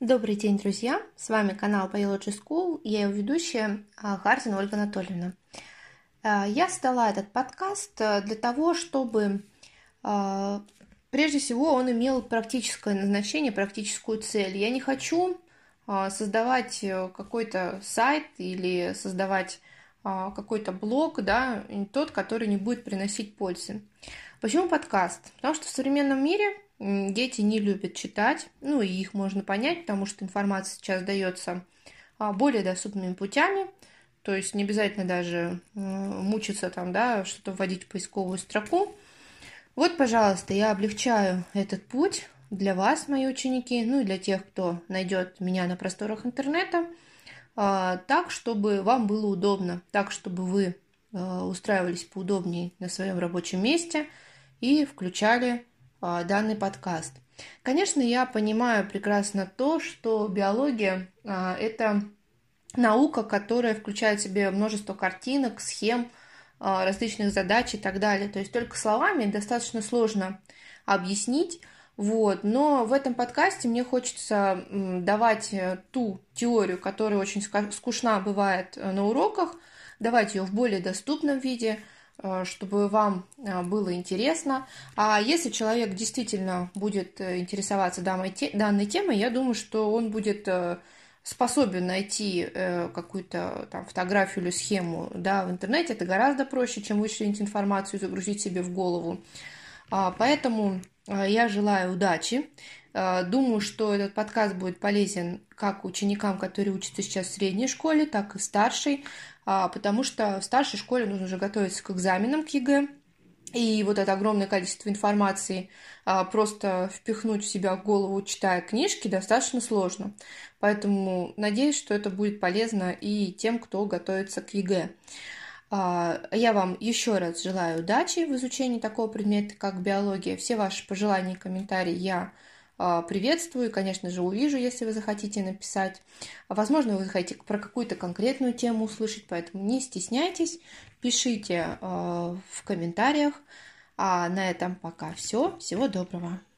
Добрый день, друзья! С вами канал Biology School, я его ведущая Гарзина Ольга Анатольевна. Я создала этот подкаст для того, чтобы прежде всего он имел практическое назначение, практическую цель. Я не хочу создавать какой-то сайт или создавать какой-то блог, да, тот, который не будет приносить пользы. Почему подкаст? Потому что в современном мире дети не любят читать, и их можно понять, потому что информация сейчас дается более доступными путями, то есть не обязательно даже мучиться там, да, что-то вводить в поисковую строку. Вот, пожалуйста, я облегчаю этот путь для вас, мои ученики, и для тех, кто найдет меня на просторах интернета, так, чтобы вам было удобно, так, чтобы вы устраивались поудобнее на своем рабочем месте и включали данный подкаст. Конечно, я понимаю прекрасно то, что биология – это наука, которая включает в себе множество картинок, схем, различных задач и так далее. То есть только словами достаточно сложно объяснить. Но в этом подкасте мне хочется давать ту теорию, которая очень скучна бывает на уроках, давать ее в более доступном виде, чтобы вам было интересно. А если человек действительно будет интересоваться данной темой, я думаю, что он будет способен найти какую-то там фотографию или схему, в интернете. Это гораздо проще, чем вычленить информацию и загрузить себе в голову. Поэтому я желаю удачи. Думаю, что этот подкаст будет полезен как ученикам, которые учатся сейчас в средней школе, так и в старшей, потому что в старшей школе нужно уже готовиться к экзаменам, к ЕГЭ, и вот это огромное количество информации просто впихнуть в себя в голову, читая книжки, достаточно сложно. Поэтому надеюсь, что это будет полезно и тем, кто готовится к ЕГЭ. Я вам еще раз желаю удачи в изучении такого предмета, как биология. Все ваши пожелания и комментарии я приветствую, конечно же, увижу, если вы захотите написать. Возможно, вы захотите про какую-то конкретную тему услышать, поэтому не стесняйтесь, пишите в комментариях. А на этом пока все. Всего доброго.